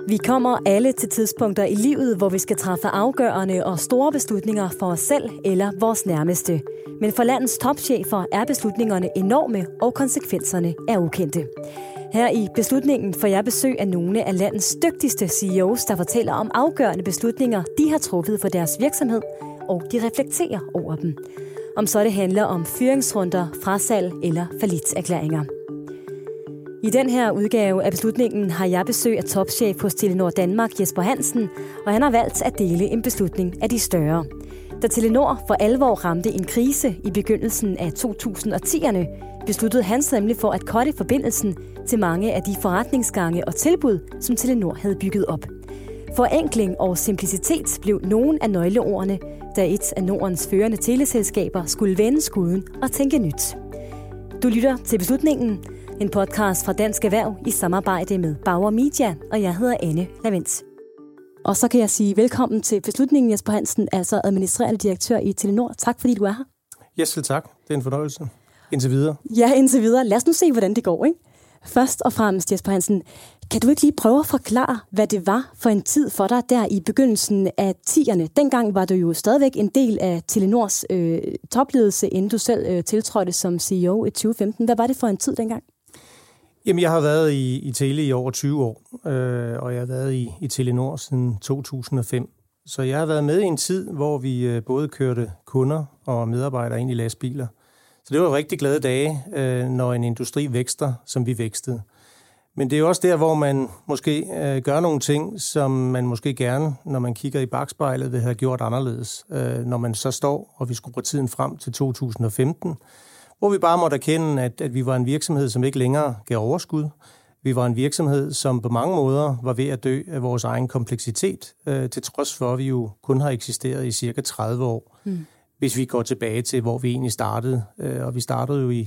Vi kommer alle til tidspunkter i livet, hvor vi skal træffe afgørende og store beslutninger for os selv eller vores nærmeste. Men for landets topchefer er beslutningerne enorme, og konsekvenserne er ukendte. Her i Beslutningen får jeg besøg af nogle af landets dygtigste CEOs, der fortæller om afgørende beslutninger, de har truffet for deres virksomhed, og de reflekterer over dem. Om så det handler om fyringsrunder, frasalg eller fallitserklæringer. I den her udgave af Beslutningen har jeg besøg af topchef hos Telenor Danmark, Jesper Hansen, og han har valgt at dele en beslutning af de større. Da Telenor for alvor ramte en krise i begyndelsen af 2010'erne, besluttede han nemlig for at cutte forbindelsen til mange af de forretningsgange og tilbud, som Telenor havde bygget op. Forenkling og simplicitet blev nogle af nøgleordene, da et af Nordens førende teleselskaber skulle vende skuden og tænke nyt. Du lytter til Beslutningen, en podcast fra Dansk Erhverv i samarbejde med Bauer Media, og jeg hedder Anne Lavens. Og så kan jeg sige velkommen til Beslutningen, Jesper Hansen, altså administrerende direktør i Telenor. Tak fordi du er her. Ja, selv tak. Det er en fornøjelse. Indtil videre. Ja, indtil videre. Lad os nu se, hvordan det går, ikke? Først og fremmest, Jesper Hansen, kan du ikke lige prøve at forklare, hvad det var for en tid for dig der i begyndelsen af 10'erne? Dengang var du jo stadigvæk en del af Telenors topledelse, inden du selv tiltrådte som CEO i 2015. Hvad var det for en tid dengang? Jamen, jeg har været i Tele i over 20 år, og jeg har været i Telenor siden 2005. Så jeg har været med i en tid, hvor vi både kørte kunder og medarbejdere ind i lastbiler. Så det var jo rigtig glade dage, når en industri vækster, som vi vækstede. Men det er jo også der, hvor man måske gør nogle ting, som man måske gerne, når man kigger i bakspejlet, vil have gjort anderledes. Når man så står, og vi skruer tiden frem til 2015, hvor vi bare måtte erkende, at vi var en virksomhed, som ikke længere gav overskud. Vi var en virksomhed, som på mange måder var ved at dø af vores egen kompleksitet, til trods for, at vi jo kun har eksisteret i cirka 30 år. Hvis vi går tilbage til, hvor vi egentlig startede. Og vi startede jo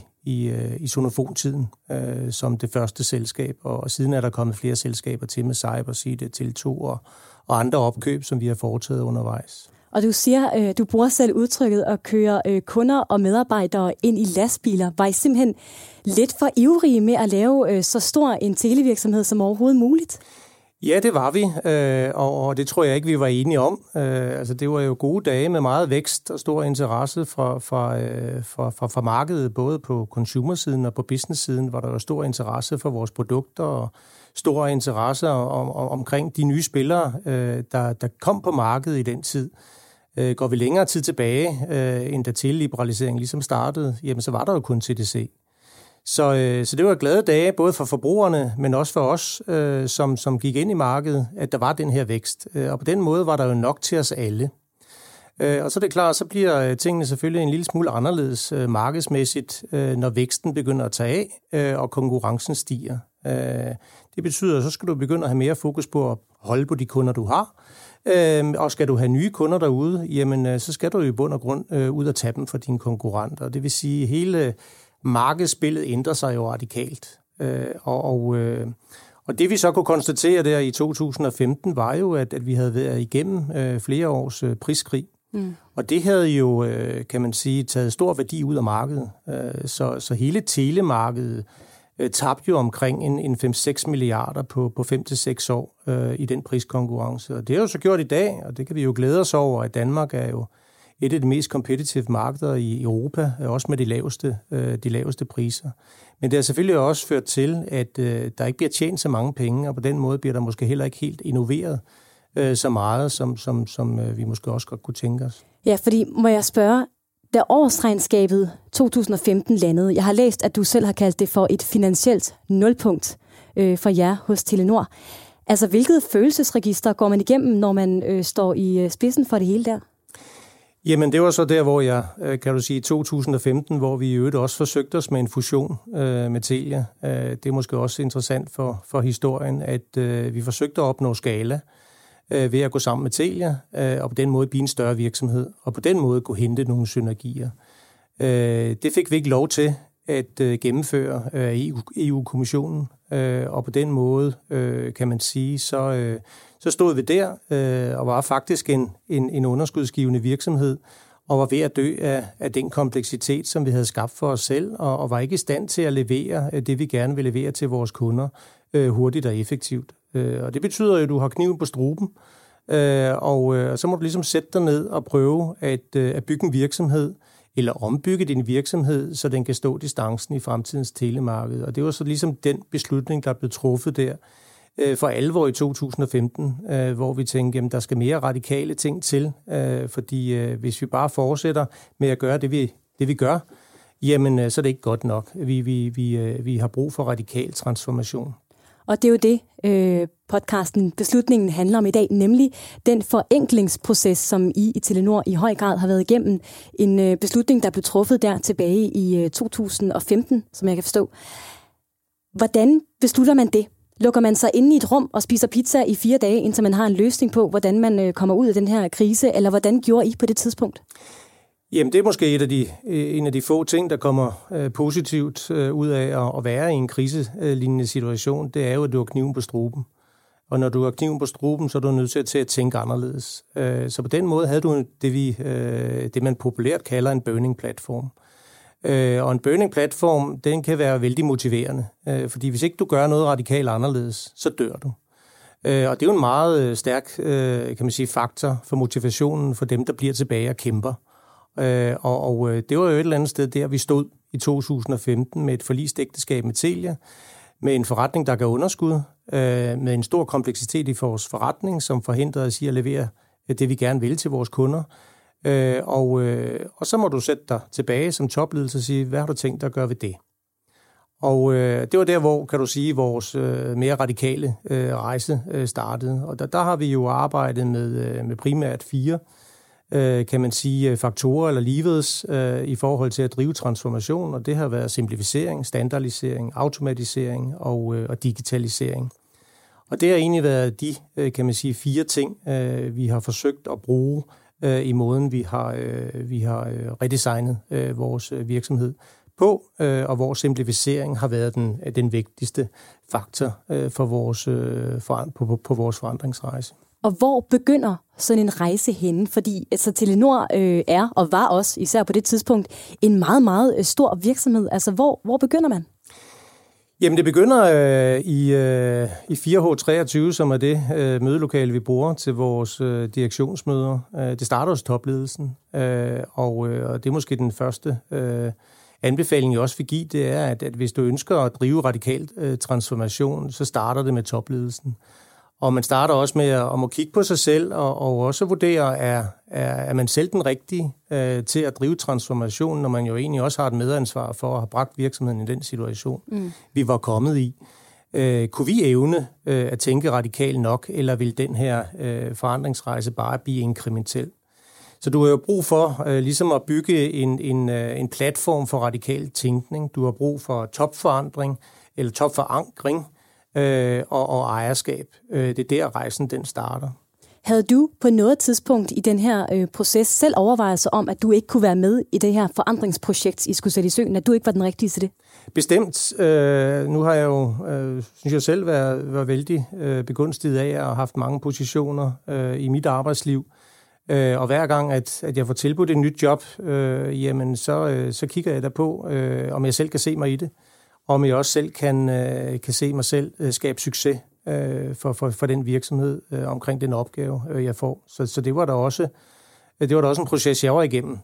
i Sonofon-tiden som det første selskab, og siden er der kommet flere selskaber til med CyberSeed, Tele2 og andre opkøb, som vi har foretaget undervejs. Og du siger, du bruger selv udtrykket at køre kunder og medarbejdere ind i lastbiler. Var I simpelthen lidt for ivrige med at lave så stor en televirksomhed som overhovedet muligt? Ja, det var vi, og det tror jeg ikke, vi var enige om. Altså, det var jo gode dage med meget vækst og stor interesse fra markedet, både på consumer-siden og på business-siden, hvor der var stor interesse for vores produkter og stor interesse omkring de nye spillere, der kom på markedet i den tid. Går vi længere tid tilbage, end da teleliberaliseringen ligesom startede, jamen så var der jo kun TDC. Så det var glade dage, både for forbrugerne, men også for os, som gik ind i markedet, at der var den her vækst. Og på den måde var der jo nok til os alle. Og så er det klart, så bliver tingene selvfølgelig en lille smule anderledes markedsmæssigt, når væksten begynder at tage af, og konkurrencen stiger. Det betyder, at så skal du begynde at have mere fokus på at holde på de kunder, du har. Og skal du have nye kunder derude, jamen så skal du i bund og grund ud og tage dem for dine konkurrenter. Det vil sige, at hele markedsspillet ændrer sig jo radikalt. Og det vi så kunne konstatere der i 2015 var jo, at vi havde været igennem flere års priskrig. Og det havde jo, kan man sige, taget stor værdi ud af markedet. Så hele telemarkedet tabte jo omkring en 5-6 milliarder på 5-6 år i den priskonkurrence. Og det har jo så gjort i dag, og det kan vi jo glæde os over, at Danmark er jo et af de mest competitive markeder i Europa, også med de laveste priser. Men det har selvfølgelig også ført til, at der ikke bliver tjent så mange penge, og på den måde bliver der måske heller ikke helt innoveret så meget, som vi måske også godt kunne tænke os. Ja, fordi må jeg spørge, da årsregnskabet 2015 landede, jeg har læst, at du selv har kaldt det for et finansielt nulpunkt for jer hos Telenor. Altså, hvilket følelsesregister går man igennem, når man står i spidsen for det hele der? Jamen, det var så der, hvor jeg, kan du sige, 2015, hvor vi i øvrigt også forsøgte os med en fusion med Telia. Det er måske også interessant for historien, at vi forsøgte at opnå skala ved at gå sammen med Telia, og på den måde blive en større virksomhed, og på den måde kunne hente nogle synergier. Det fik vi ikke lov til at gennemføre EU-kommissionen, og på den måde, kan man sige, så stod vi der og var faktisk en underskudsgivende virksomhed, og var ved at dø af den kompleksitet, som vi havde skabt for os selv, og var ikke i stand til at levere det, vi gerne vil levere til vores kunder hurtigt og effektivt. Og det betyder jo, at du har kniven på struben, og så må du ligesom sætte dig ned og prøve at bygge en virksomhed, eller ombygge din virksomhed, så den kan stå distancen i fremtidens telemarked. Og det var så ligesom den beslutning, der blev truffet der for alvor i 2015, hvor vi tænkte, at der skal mere radikale ting til, fordi hvis vi bare fortsætter med at gøre det vi gør, jamen så er det ikke godt nok. Vi har brug for radikal transformation. Og det er jo det, podcasten Beslutningen handler om i dag, nemlig den forenklingsproces, som I Telenor i høj grad har været igennem. En beslutning, der blev truffet der tilbage i 2015, som jeg kan forstå. Hvordan beslutter man det? Lukker man sig inde i et rum og spiser pizza i 4 dage, indtil man har en løsning på, hvordan man kommer ud af den her krise, eller hvordan gjorde I på det tidspunkt? Jamen, det er måske en af de få ting, der kommer positivt ud af at være i en kriselignende situation. Det er jo, at du har kniven på struben. Og når du har kniven på struben, så er du nødt til at tænke anderledes. Så på den måde havde du det man populært kalder en burning platform. Og en burning platform, den kan være vældig motiverende. Fordi hvis ikke du gør noget radikalt anderledes, så dør du. Og det er jo en meget stærk kan man sige, faktor for motivationen for dem, der bliver tilbage og kæmper. Og det var jo et eller andet sted der, vi stod i 2015 med et forlist ægteskab med Telia, med en forretning, der gav underskud, med en stor kompleksitet i vores forretning, som forhindrede os i at levere det, vi gerne vil til vores kunder. Og så må du sætte dig tilbage som topledelse og sige, hvad har du tænkt dig at gøre ved det? Og det var der, hvor, kan du sige, vores mere radikale rejse startede. Og der har vi jo arbejdet med primært 4 kan man sige, faktorer eller levers i forhold til at drive transformation, og det har været simplificering, standardisering, automatisering og digitalisering. Og det har egentlig været de, kan man sige, 4 ting, vi har forsøgt at bruge i måden, vi har redesignet vores virksomhed på, og hvor simplificering har været den vigtigste faktor for på vores forandringsrejse. Og hvor begynder sådan en rejse henne? Fordi altså, Telenor er og var også, især på det tidspunkt, en meget, meget stor virksomhed. Altså, hvor begynder man? Jamen, det begynder i 4H23, som er det mødelokale, vi bruger til vores direktionsmøder. Det starter hos topledelsen, og det er måske den første anbefaling, jeg også vil give, det er, at hvis du ønsker at drive radikal transformation, så starter det med topledelsen. Og man starter også med at kigge på sig selv og også vurdere, er man selv den rigtige til at drive transformation, når man jo egentlig også har et medansvar for at have bragt virksomheden i den situation, vi var kommet i. Kunne vi evne at tænke radikalt nok, eller vil den her forandringsrejse bare blive inkrementel? Så du har jo brug for ligesom at bygge en platform for radikal tænkning. Du har brug for topforandring eller topforankring, og ejerskab. Det er der, rejsen den starter. Havde du på noget tidspunkt i den her proces selv overvejelser om, at du ikke kunne være med i det her forandringsprojekt, I skulle sætte i søen, at du ikke var den rigtige til det? Bestemt. Nu har jeg jo, synes jeg selv, været vældig begunstiget af at have haft mange positioner i mit arbejdsliv. Og hver gang, at jeg får tilbudt et nyt job, jamen så kigger jeg der på, om jeg selv kan se mig i det. Om jeg også selv kan se mig selv skabe succes for den virksomhed omkring den opgave, jeg får. Så det var da også en proces, jeg var igennem.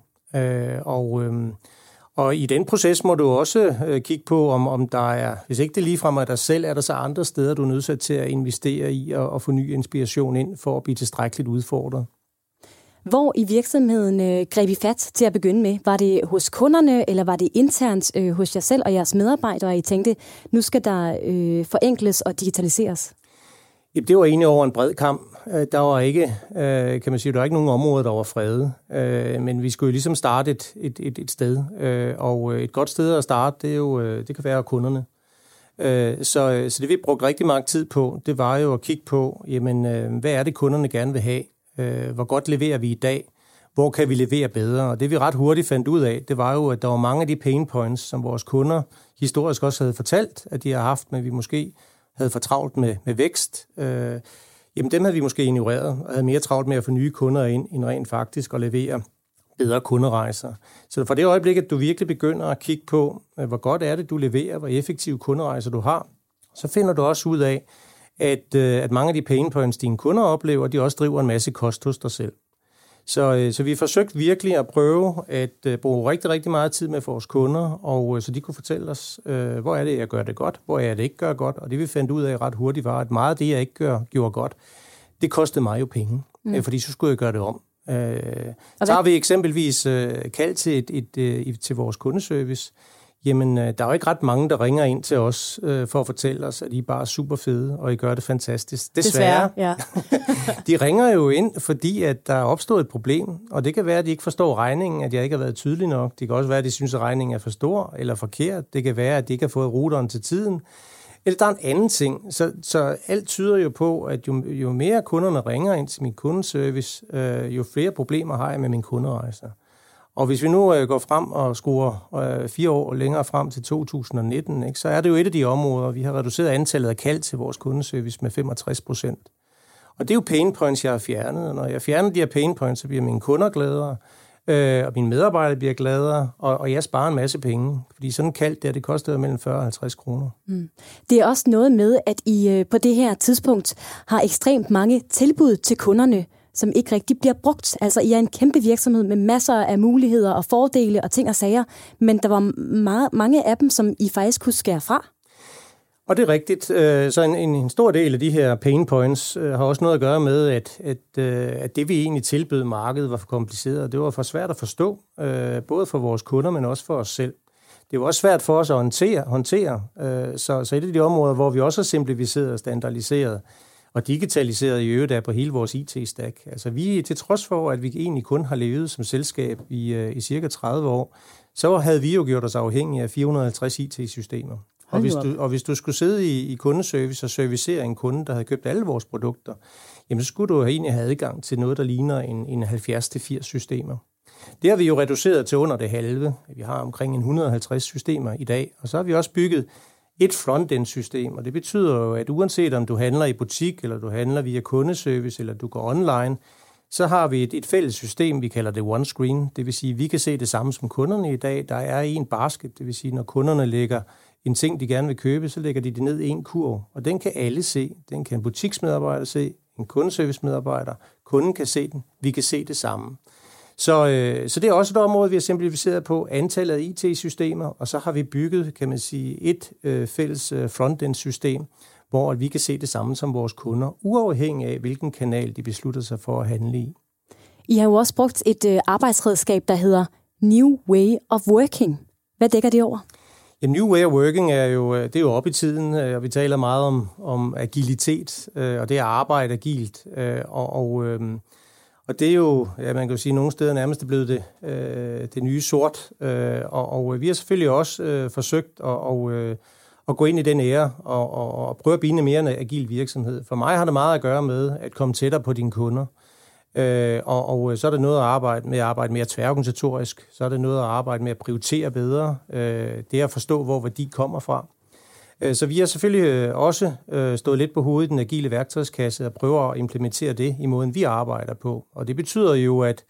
Og i den proces må du også kigge på, om der er, hvis ikke det ligefrem er dig selv, er der så andre steder, du er nødt til at investere i og få ny inspiration ind for at blive tilstrækkeligt udfordret. Hvor i virksomheden greb I fat til at begynde med? Var det hos kunderne, eller var det internt hos jer selv og jeres medarbejdere, I tænkte, nu skal der forenkles og digitaliseres? Ja, det var egentlig over en bred kamp. Der var ikke, kan man sige, der var ikke nogen områder, der var fredet. Men vi skulle jo ligesom starte et sted. Og et godt sted at starte, det kan være kunderne. Så det vi brugte rigtig meget tid på, det var jo at kigge på, jamen, hvad er det kunderne gerne vil have? Hvor godt leverer vi i dag? Hvor kan vi levere bedre? Og det vi ret hurtigt fandt ud af, det var jo, at der var mange af de pain points, som vores kunder historisk også havde fortalt, at de har haft, men vi måske havde for travlt med vækst. Jamen dem havde vi måske ignoreret, og havde mere travlt med at få nye kunder ind, end rent faktisk at levere bedre kunderejser. Så fra det øjeblik, at du virkelig begynder at kigge på, hvor godt er det, du leverer, hvor effektive kunderejser du har, Så finder du også ud af, at mange af de pain points, dine kunder oplever, de også driver en masse kost hos dig selv. Så vi har forsøgt virkelig at prøve at bruge rigtig, rigtig meget tid med vores kunder, og så de kunne fortælle os, hvor er det, jeg gør det godt, hvor er det ikke gør godt, og det vi fandt ud af ret hurtigt var, at meget af det, jeg ikke gjorde godt, det kostede mig jo penge, fordi så skulle jeg gøre det om. Så har vi eksempelvis kaldt til vores kundeservice. Jamen, der er jo ikke ret mange, der ringer ind til os for at fortælle os, at I bare er super fede, og I gør det fantastisk. Desværre. Ja. De ringer jo ind, fordi at der er opstået et problem, og det kan være, at de ikke forstår regningen, at jeg ikke har været tydelig nok. Det kan også være, at de synes, at regningen er for stor eller forkert. Det kan være, at de ikke har fået routeren til tiden. Eller der er en anden ting. Så alt tyder jo på, at jo mere kunderne ringer ind til min kundeservice, jo flere problemer har jeg med mine kunderejser. Og hvis vi nu går frem og skruer 4 år længere frem til 2019, ikke, så er det jo et af de områder, vi har reduceret antallet af kald til vores kundeservice med 65%. Og det er jo pain points, jeg har fjernet. Og når jeg fjerner de her pain points, så bliver mine kunder gladere, og mine medarbejdere bliver gladere, og jeg sparer en masse penge. Fordi sådan en kald det koster mellem 40 og 50 kroner. Det er også noget med, at I på det her tidspunkt har ekstremt mange tilbud til kunderne, som ikke rigtig bliver brugt. Altså, I er en kæmpe virksomhed med masser af muligheder og fordele og ting og sager, men der var mange af dem, som I faktisk kunne skære fra. Og det er rigtigt. Så en stor del af de her pain points har også noget at gøre med, at det, vi egentlig tilbød markedet, var for kompliceret. Det var for svært at forstå, både for vores kunder, men også for os selv. Det var også svært for os at håndtere. Så et af de områder, hvor vi også har simplificeret og standardiseret, og digitaliseret i øvrigt er på hele vores IT-stack. Altså vi, til trods for, at vi egentlig kun har levet som selskab i cirka 30 år, så havde vi jo gjort os afhængige af 450 IT-systemer. Og hvis du skulle sidde i kundeservice og servicere en kunde, der havde købt alle vores produkter, jamen så skulle du egentlig have adgang til noget, der ligner en 70-80 systemer. Det har vi jo reduceret til under det halve. Vi har omkring 150 systemer i dag, og så har vi også bygget et front-end-system, og det betyder jo, at uanset om du handler i butik, eller du handler via kundeservice, eller du går online, så har vi et fælles system, vi kalder det One Screen. Det vil sige, at vi kan se det samme som kunderne i dag. Der er en basket, det vil sige, når kunderne lægger en ting, de gerne vil købe, så lægger de det ned i en kurv, og den kan alle se. Den kan en butiksmedarbejder se, en kundeservice-medarbejder. Kunden kan se den, vi kan se det samme. Så det er også et område, vi har simplificeret på antallet af IT-systemer, og så har vi bygget, kan man sige, et fælles frontend-system, hvor vi kan se det samme som vores kunder, uafhængig af, hvilken kanal de beslutter sig for at handle i. I har jo også brugt et arbejdsredskab, der hedder New Way of Working. Hvad dækker det over? Ja, New Way of Working er jo op i tiden, og vi taler meget om agilitet, og det er arbejde agilt, og det er jo, ja, man kan jo sige, nogle steder nærmest er blevet det nye sort. Og vi har selvfølgelig også forsøgt at gå ind i den ære og prøve at blive en mere agil virksomhed. For mig har det meget at gøre med at komme tættere på dine kunder. Og så er det noget at arbejde mere tværorganisatorisk. Så er det noget at arbejde med at prioritere bedre. Det er at forstå, hvor værdi kommer fra. Så vi har selvfølgelig også stået lidt på hovedet i den agile værktøjskasse og prøver at implementere det i måden, vi arbejder på. Og det betyder jo, at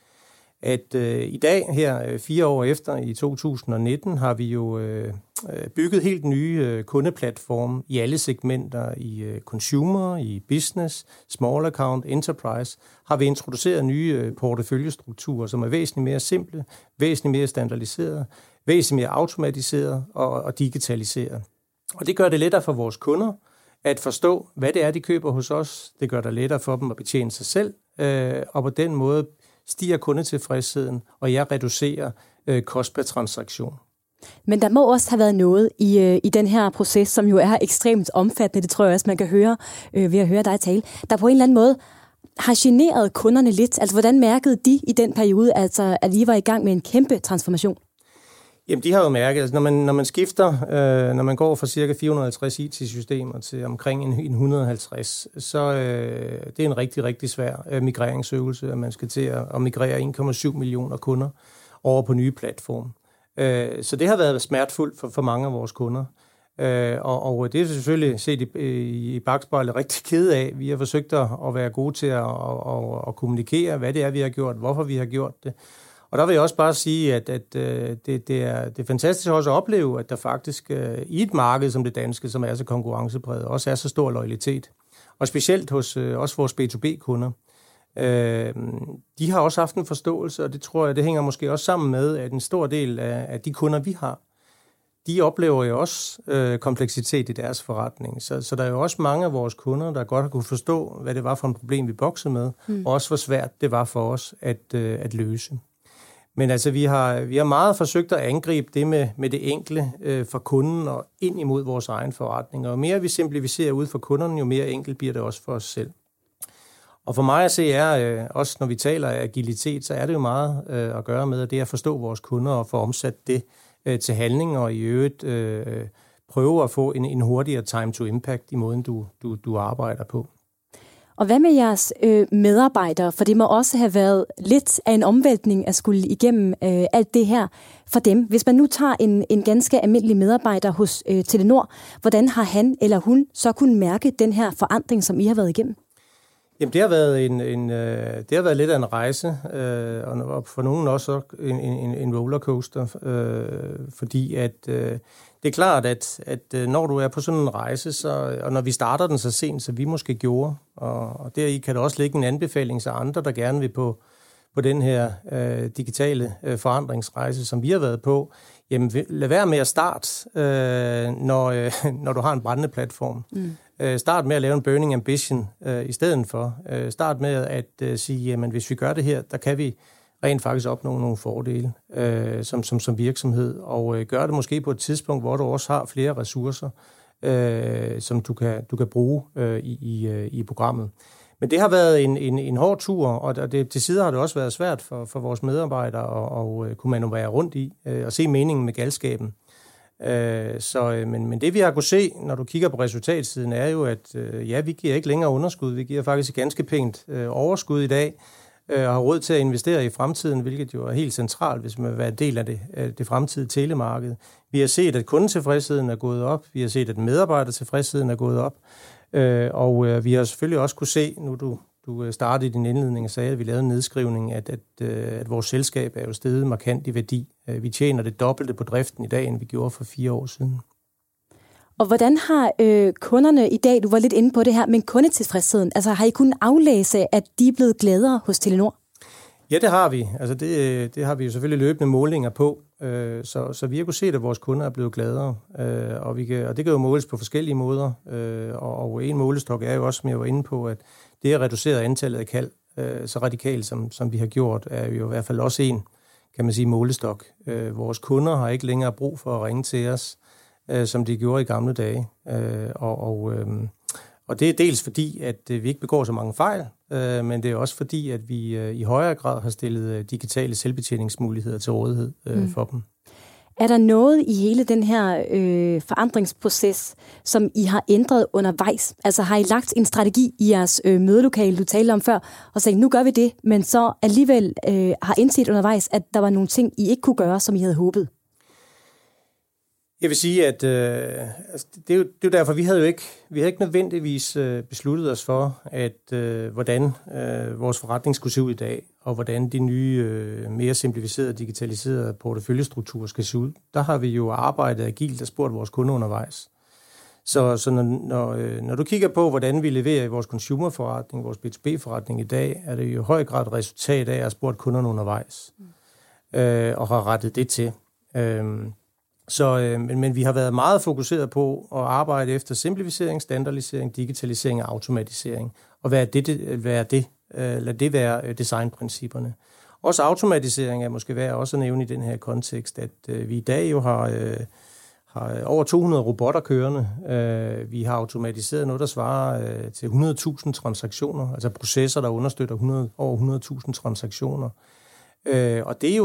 i dag, her 4 år efter, i 2019, har vi jo bygget helt nye kundeplatforme i alle segmenter, i consumer, i business, small account, enterprise, har vi introduceret nye porteføljestrukturer, som er væsentligt mere simple, væsentligt mere standardiseret, væsentligt mere automatiseret og digitaliseret. Og det gør det lettere for vores kunder at forstå, hvad det er, de køber hos os. Det gør det lettere for dem at betjene sig selv, og på den måde stiger kundetilfredsheden, og jeg reducerer kost per transaktion. Men der må også have været noget i den her proces, som jo er ekstremt omfattende, det tror jeg også, man kan høre ved at høre dig tale, der på en eller anden måde har generet kunderne lidt. Altså, hvordan mærkede de i den periode, altså, at I var i gang med en kæmpe transformation? Jamen, de har jo mærket, altså, når man skifter, når man går fra cirka 450 IT-systemer til omkring 150, så det er en rigtig, rigtig svær migreringsøvelse, at man skal til at migrere 1,7 millioner kunder over på nye platforme. Så det har været smertefuldt for mange af vores kunder. Og det er selvfølgelig set i bakspejlet rigtig ked af. Vi har forsøgt at være gode til at kommunikere, hvad det er, vi har gjort, hvorfor vi har gjort det. Og der vil jeg også bare sige, at det er fantastisk også at opleve, at der faktisk i et marked som det danske, som er så konkurrencepræget, også er så stor loyalitet. Og specielt hos også vores B2B-kunder. De har også haft en forståelse, og det tror jeg, det hænger måske også sammen med, at en stor del af de kunder, vi har, de oplever jo også kompleksitet i deres forretning. Så der er jo også mange af vores kunder, der godt har kunne forstå, hvad det var for en problem, vi boksede med, og også hvor svært det var for os at løse. Men altså, vi har meget forsøgt at angribe det med det enkle for kunden og ind imod vores egen forretning. Og jo mere vi simplificerer ud for kunderne, jo mere enkelt bliver det også for os selv. Og for mig at se er, også når vi taler af agilitet, så er det jo meget at gøre med, at det er at forstå vores kunder og få omsat det til handling, og i øvrigt prøve at få en hurtigere time to impact i måden, du arbejder på. Og hvad med jeres medarbejdere? For det må også have været lidt af en omvæltning at skulle igennem alt det her for dem. Hvis man nu tager en ganske almindelig medarbejder hos Telenor, hvordan har han eller hun så kunnet mærke den her forandring, som I har været igennem? Jamen, det har været det har været lidt af en rejse, og for nogen også en rollercoaster, fordi at det er klart, at når du er på sådan en rejse, og når vi starter den så sent, så vi måske gjorde, og deri kan der også ligge en anbefaling til andre, der gerne vil på den her digitale forandringsrejse, som vi har været på. Jamen, lad være med at starte, når du har en brændende platform. Start med at lave en burning ambition i stedet for. Start med at sige, jamen hvis vi gør det her, der kan vi rent faktisk opnå nogle fordele som virksomhed, og gør det måske på et tidspunkt, hvor du også har flere ressourcer, som du kan bruge i programmet. Men det har været en hård tur, og til sider har det også været svært for vores medarbejdere at kunne manøvrere rundt i og se meningen med galskaben. Men det vi har kunne se, når du kigger på resultatsiden, er jo, at vi giver ikke længere underskud. Vi giver faktisk et ganske pænt overskud i dag, og har råd til at investere i fremtiden, hvilket jo er helt centralt, hvis man vil være en del af det fremtidige telemarked. Vi har set, at kundetilfredsheden er gået op. Vi har set, at medarbejdertilfredsheden er gået op. Og vi har selvfølgelig også kunne se, nu du startede i din indledning og sagde, at vi lavede en nedskrivning, at vores selskab er jo steget markant i værdi. Vi tjener det dobbelte på driften i dag, end vi gjorde for 4 år siden. Og hvordan har kunderne i dag, du var lidt inde på det her, men kundetilfredsheden, altså har I kunnet aflæse, at de er blevet gladere hos Telenor? Ja, det har vi. Altså det har vi jo selvfølgelig løbende målinger på, så vi har kunnet se, at vores kunder er blevet gladere, og det kan jo måles på forskellige måder, og en målestok er jo også, som jeg var inde på, at det at reducere antallet af kald så radikalt, som vi har gjort, er jo i hvert fald også en, kan man sige, målestok. Vores kunder har ikke længere brug for at ringe til os, som de gjorde i gamle dage, og det er dels fordi, at vi ikke begår så mange fejl, men det er også fordi, at vi i højere grad har stillet digitale selvbetjeningsmuligheder til rådighed for dem. Er der noget i hele den her forandringsproces, som I har ændret undervejs? Altså har I lagt en strategi i jeres mødelokale, du talte om før, og sagt, nu gør vi det, men så alligevel har indset undervejs, at der var nogle ting, I ikke kunne gøre, som I havde håbet? Jeg vil sige, at det er jo derfor, vi havde ikke nødvendigvis besluttet os for, at hvordan vores forretning skulle se ud i dag, og hvordan de nye, mere simplificerede, digitaliserede porteføljestrukturer skal se ud. Der har vi jo arbejdet agilt og spurgt vores kunder undervejs. Så når du kigger på, hvordan vi leverer i vores consumerforretning, vores B2B-forretning i dag, er det jo i høj grad et resultat af at have spurgt kunderne undervejs, og har rettet det til. Men vi har været meget fokuseret på at arbejde efter simplificering, standardisering, digitalisering og automatisering. Og lad det være designprincipperne. Også automatisering er måske værd også at nævne i den her kontekst, at vi i dag jo har over 200 robotter kørende. Vi har automatiseret noget, der svarer til 100.000 transaktioner, altså processer, der understøtter over 100.000 transaktioner. Og det er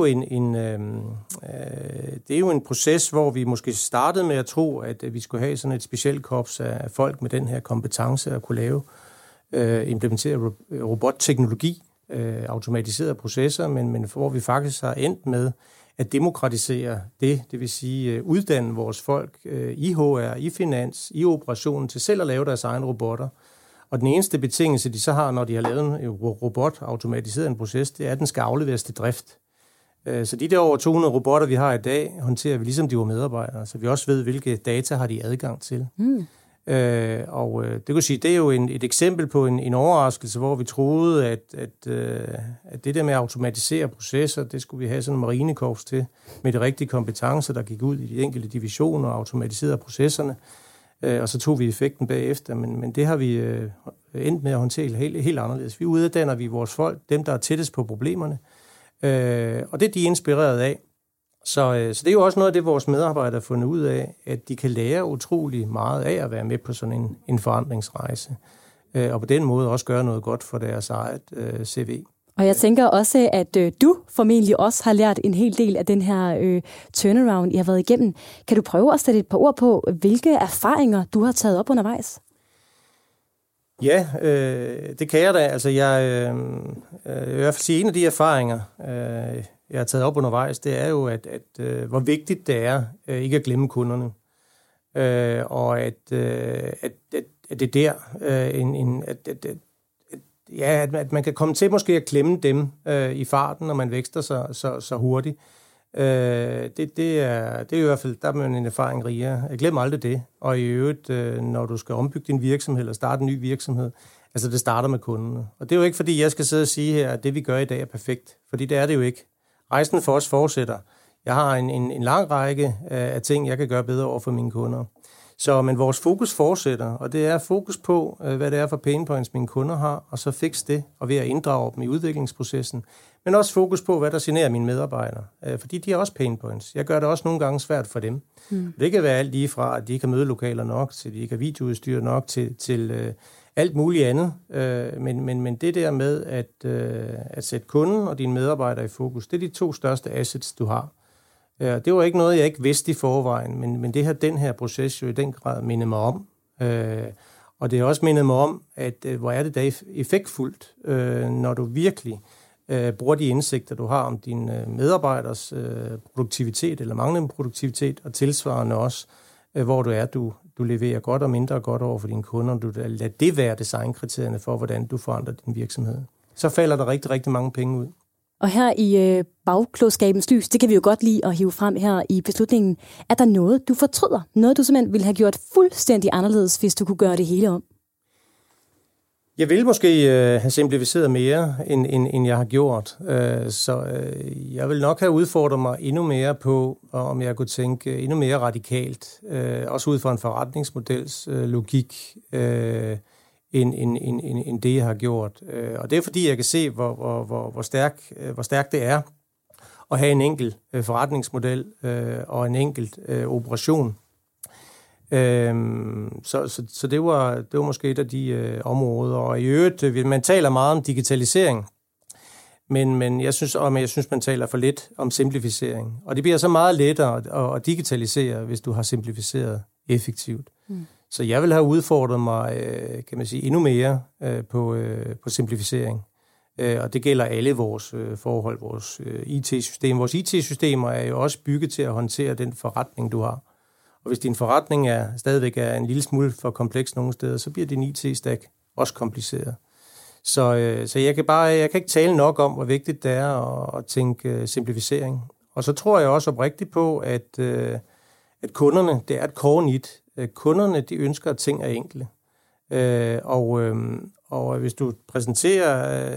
jo en proces, hvor vi måske startede med at tro, at vi skulle have sådan et specielt korps af folk med den her kompetence at kunne implementere robotteknologi, automatiserede processer, men hvor vi faktisk har endt med at demokratisere det vil sige uddanne vores folk i HR, i finans, i operationen til selv at lave deres egne robotter. Og den eneste betingelse, de så har, når de har lavet en robot automatiseret en proces, det er, at den skal afleveres til drift. Så de der over 200 robotter, vi har i dag, håndterer vi ligesom de var medarbejdere, så vi også ved, hvilke data har de adgang til. Og det kan sige, det er jo et eksempel på en overraskelse, hvor vi troede, at det der med at automatisere processer, det skulle vi have sådan en marinekorps til, med de rigtige kompetencer, der gik ud i de enkelte divisioner og automatiserede processerne. Og så tog vi effekten bagefter, men det har vi endt med at håndtere helt anderledes. Vi uddanner vi vores folk, dem der er tættest på problemerne, og det er de inspireret af. Så det er jo også noget af det, vores medarbejdere har fundet ud af, at de kan lære utrolig meget af at være med på sådan en forandringsrejse, og på den måde også gøre noget godt for deres eget CV. Og jeg tænker også, at du formentlig også har lært en hel del af den her turnaround, I har været igennem. Kan du prøve at sætte et par ord på, hvilke erfaringer du har taget op undervejs? Ja, det kan jeg da. Altså, jeg vil i hvert fald sige, en af de erfaringer, jeg har taget op undervejs, det er jo, at hvor vigtigt det er ikke at glemme kunderne. Og at det der, at man kan komme til måske at glemme dem i farten, når man vækster så hurtigt. Det er i hvert fald, der er man en erfaring rigere. Jeg glemmer aldrig det. Og i øvrigt, når du skal ombygge din virksomhed eller starte en ny virksomhed, altså det starter med kunderne. Og det er jo ikke, fordi jeg skal sidde og sige her, at det vi gør i dag er perfekt. Fordi det er det jo ikke. Rejsen for os fortsætter. Jeg har en lang række af ting, jeg kan gøre bedre over for mine kunder. Men vores fokus fortsætter, og det er fokus på, hvad det er for pain points, mine kunder har, og så fikse det, og ved at inddrage dem i udviklingsprocessen. Men også fokus på, hvad der generer mine medarbejdere, fordi de har også pain points. Jeg gør det også nogle gange svært for dem. Det kan være alt lige fra, at de ikke har mødelokaler nok, til de ikke har videoudstyr nok, til alt muligt andet. Men det der med at sætte kunden og dine medarbejdere i fokus, det er de 2 største assets, du har. Det var ikke noget, jeg ikke vidste i forvejen, men det har den her proces jo i den grad mindet mig om. Og det har også mindet mig om, at hvor er det da effektfuldt, når du virkelig bruger de indsigter, du har om dine medarbejderes produktivitet eller manglende produktivitet, og tilsvarende også, hvor du leverer godt og mindre godt over for dine kunder, du lader det være designkriterierne for, hvordan du forandrer din virksomhed. Så falder der rigtig, rigtig mange penge ud. Og her i bagklogskabens lys, det kan vi jo godt lide at hive frem her i beslutningen. Er der noget, du fortryder? Noget, du simpelthen ville have gjort fuldstændig anderledes, hvis du kunne gøre det hele om? Jeg vil måske have simplificeret mere, end jeg har gjort. Jeg vil nok have udfordret mig endnu mere på, om jeg kunne tænke endnu mere radikalt. Også ud fra en forretningsmodels logik, end det, jeg har gjort. Og det er fordi, jeg kan se, hvor stærkt det er at have en enkelt forretningsmodel og en enkelt operation. Så det var måske et af de områder. Og i øvrigt, man taler meget om digitalisering, men jeg synes, man taler for lidt om simplificering. Og det bliver så meget lettere at digitalisere, hvis du har simplificeret effektivt. Så jeg vil have udfordret mig, kan man sige, endnu mere på simplificering. Og det gælder alle vores forhold, vores IT-systemer. Vores IT-systemer er jo også bygget til at håndtere den forretning, du har. Og hvis din forretning stadigvæk er en lille smule for kompleks nogle steder, så bliver din IT-stack også kompliceret. Så jeg kan ikke tale nok om, hvor vigtigt det er at tænke simplificering. Og så tror jeg også oprigtigt på, at kunderne, det er et core need. Kunderne, de ønsker, at ting er enkle. Og hvis du præsenterer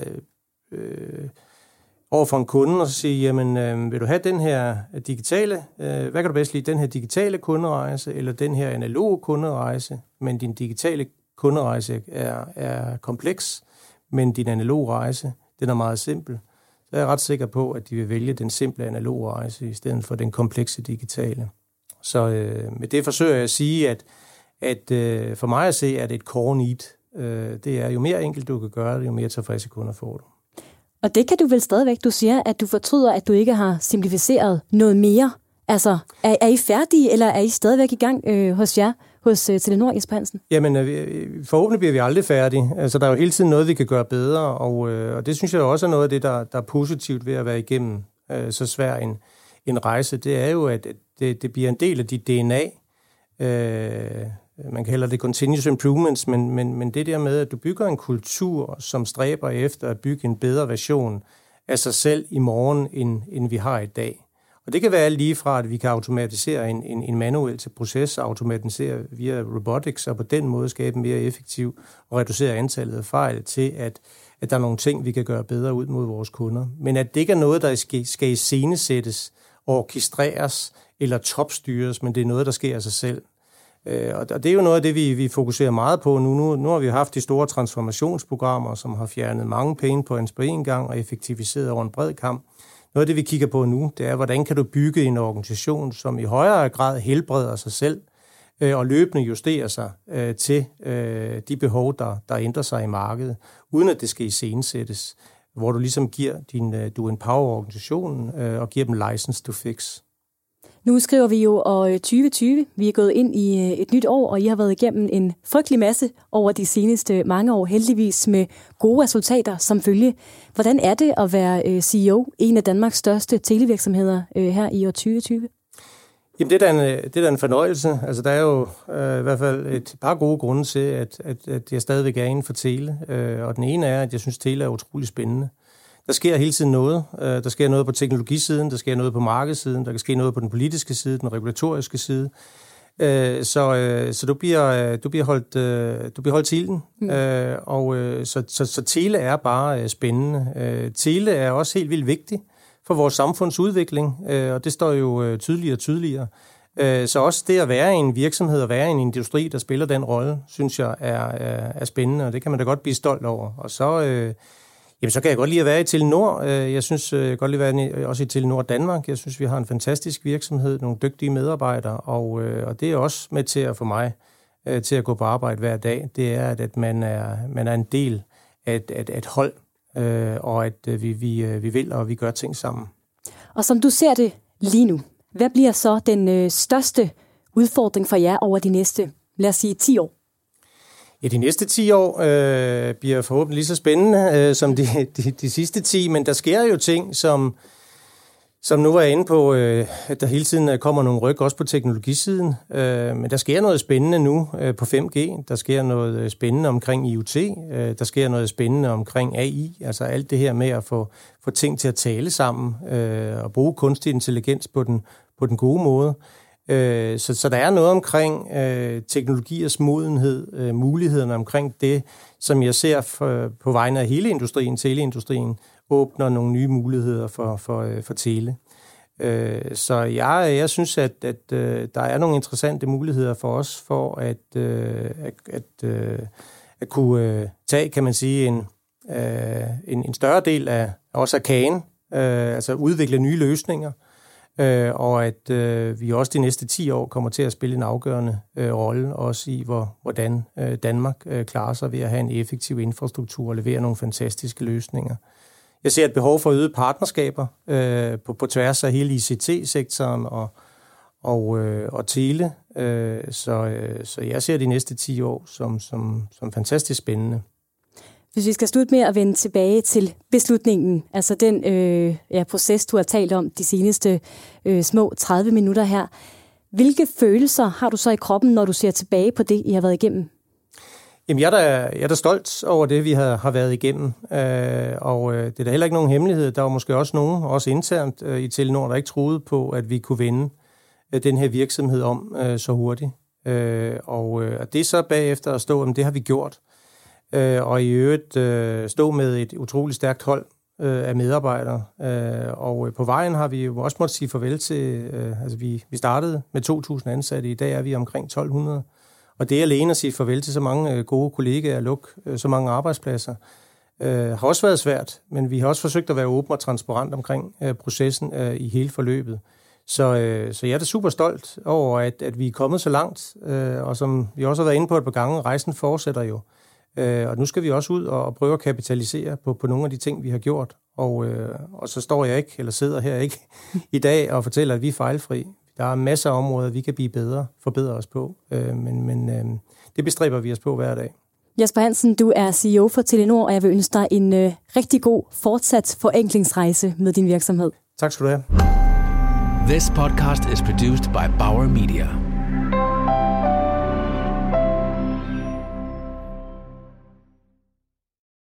over for en kunde og så siger, jamen, vil du have den her digitale, hvad kan du bedst lide, den her digitale kunderejse, eller den her analoge kunderejse, men din digitale kunderejse er kompleks, men din analoge rejse, den er meget simpel. Så er jeg ret sikker på, at de vil vælge den simple analoge rejse, i stedet for den komplekse digitale. Så med det forsøger jeg at sige, at for mig at se, at et core need, det er jo mere enkelt du kan gøre det, jo mere tilfredse kunder får du. Og det kan du vel stadigvæk, du siger, at du fortryder, at du ikke har simplificeret noget mere. Altså, er I færdige, eller er I stadigvæk i gang hos jer, hos Telenor, Jesper Hansen? Jamen, forhåbentlig bliver vi aldrig færdige. Altså, der er jo hele tiden noget, vi kan gøre bedre, og det synes jeg også er noget af det, der er positivt ved at være igennem så svær en rejse. Det er jo, at det bliver en del af dit DNA. Man kalder det continuous improvements, men det der med, at du bygger en kultur, som stræber efter at bygge en bedre version af sig selv i morgen, end vi har i dag. Og det kan være lige fra, at vi kan automatisere en manuel proces, automatisere via robotics, og på den måde skabe en mere effektiv og reducere antallet af fejl, til at der er nogle ting, vi kan gøre bedre ud mod vores kunder. Men at det ikke er noget, der skal iscenesættes, orkestreres eller topstyres, men det er noget, der sker af sig selv. Og det er jo noget af det, vi fokuserer meget på nu. Nu har vi haft de store transformationsprogrammer, som har fjernet mange penge på en gang og effektiviseret over en bred kamp. Noget af det, vi kigger på nu, det er, hvordan kan du bygge en organisation, som i højere grad helbreder sig selv og løbende justerer sig til de behov, der ændrer sig i markedet, uden at det skal iscenesættes, hvor du ligesom giver du empower organisationen og giver dem license to fix. Nu skriver vi jo år 2020. Vi er gået ind i et nyt år, og I har været igennem en frygtelig masse over de seneste mange år, heldigvis med gode resultater som følge. Hvordan er det at være CEO i en af Danmarks største televirksomheder her i år 2020? Jamen, det er da en fornøjelse. Altså, der er jo i hvert fald et par gode grunde til, at jeg stadigvæk er inden for tele. Og den ene er, at jeg synes, tele er utrolig spændende. Der sker hele tiden noget. Der sker noget på teknologisiden, der sker noget på markedssiden, der kan ske noget på den politiske side, den regulatoriske side. Så du bliver holdt til den. Så tele er bare spændende. Tele er også helt vildt vigtig for vores samfundsudvikling, og det står jo tydeligere og tydeligere. Så også det at være i en virksomhed og være i en industri, der spiller den rolle, synes jeg er spændende, og det kan man da godt blive stolt over. Og så kan jeg godt lide at være i Telenor. Jeg synes jeg godt lide at være også i Telenor Danmark. Jeg synes, vi har en fantastisk virksomhed, nogle dygtige medarbejdere, og det er også med til at få mig til at gå på arbejde hver dag. Det er, at man er en del af et hold, og at vi vil, og vi gør ting sammen. Og som du ser det lige nu, hvad bliver så den største udfordring for jer over de næste, lad os sige, 10 år? Ja, de næste 10 år bliver forhåbentlig lige så spændende som de sidste 10, men der sker jo ting, som nu var jeg inde på, at der hele tiden kommer nogle ryk også på teknologisiden, men der sker noget spændende nu på 5G, der sker noget spændende omkring IoT, der sker noget spændende omkring AI, altså alt det her med at få ting til at tale sammen og bruge kunstig intelligens på den gode måde. Så der er noget omkring teknologiers modenhed, mulighederne omkring det, som jeg ser på vegne af hele industrien, teleindustrien, åbner nogle nye muligheder for tele. Så jeg synes, at der er nogle interessante muligheder for os for at kunne tage, kan man sige, en større del af også af kagen, altså udvikle nye løsninger. Og at vi også de næste 10 år kommer til at spille en afgørende rolle, også i hvordan Danmark klarer sig ved at have en effektiv infrastruktur og levere nogle fantastiske løsninger. Jeg ser et behov for øget partnerskaber på tværs af hele ICT-sektoren og tele, så jeg ser de næste 10 år som fantastisk spændende. Hvis vi skal slutte med at vende tilbage til beslutningen, altså den proces, du har talt om de seneste små 30 minutter her. Hvilke følelser har du så i kroppen, når du ser tilbage på det, I har været igennem? Jamen, jeg er da stolt over det, vi har været igennem, og det er da heller ikke nogen hemmelighed. Der var måske også nogen, også internt i Telenor, der ikke troede på, at vi kunne vende den her virksomhed om så hurtigt. Og det er så bagefter at stå, at det har vi gjort. Og i øvrigt stå med et utroligt stærkt hold af medarbejdere. Og på vejen har vi jo også måttet sige farvel til, altså vi startede med 2.000 ansatte, i dag er vi omkring 1.200. Og det alene at sige farvel til så mange gode kollegaer og lukke så mange arbejdspladser, har også været svært, men vi har også forsøgt at være åben og transparent omkring processen i hele forløbet. Så jeg er da super stolt over, at vi er kommet så langt, og som vi også har været inde på et par gange, rejsen fortsætter jo. Og nu skal vi også ud og prøve at kapitalisere på nogle af de ting, vi har gjort. Og så står jeg ikke, eller sidder her ikke i dag og fortæller, at vi er fejlfri. Der er masser af områder, vi kan blive forbedre os på, men det bestræber vi os på hver dag. Jesper Hansen, du er CEO for Telenor, og jeg vil ønske dig en rigtig god fortsat forenklingsrejse med din virksomhed. Tak skal du have. This podcast is produced by Bauer Media.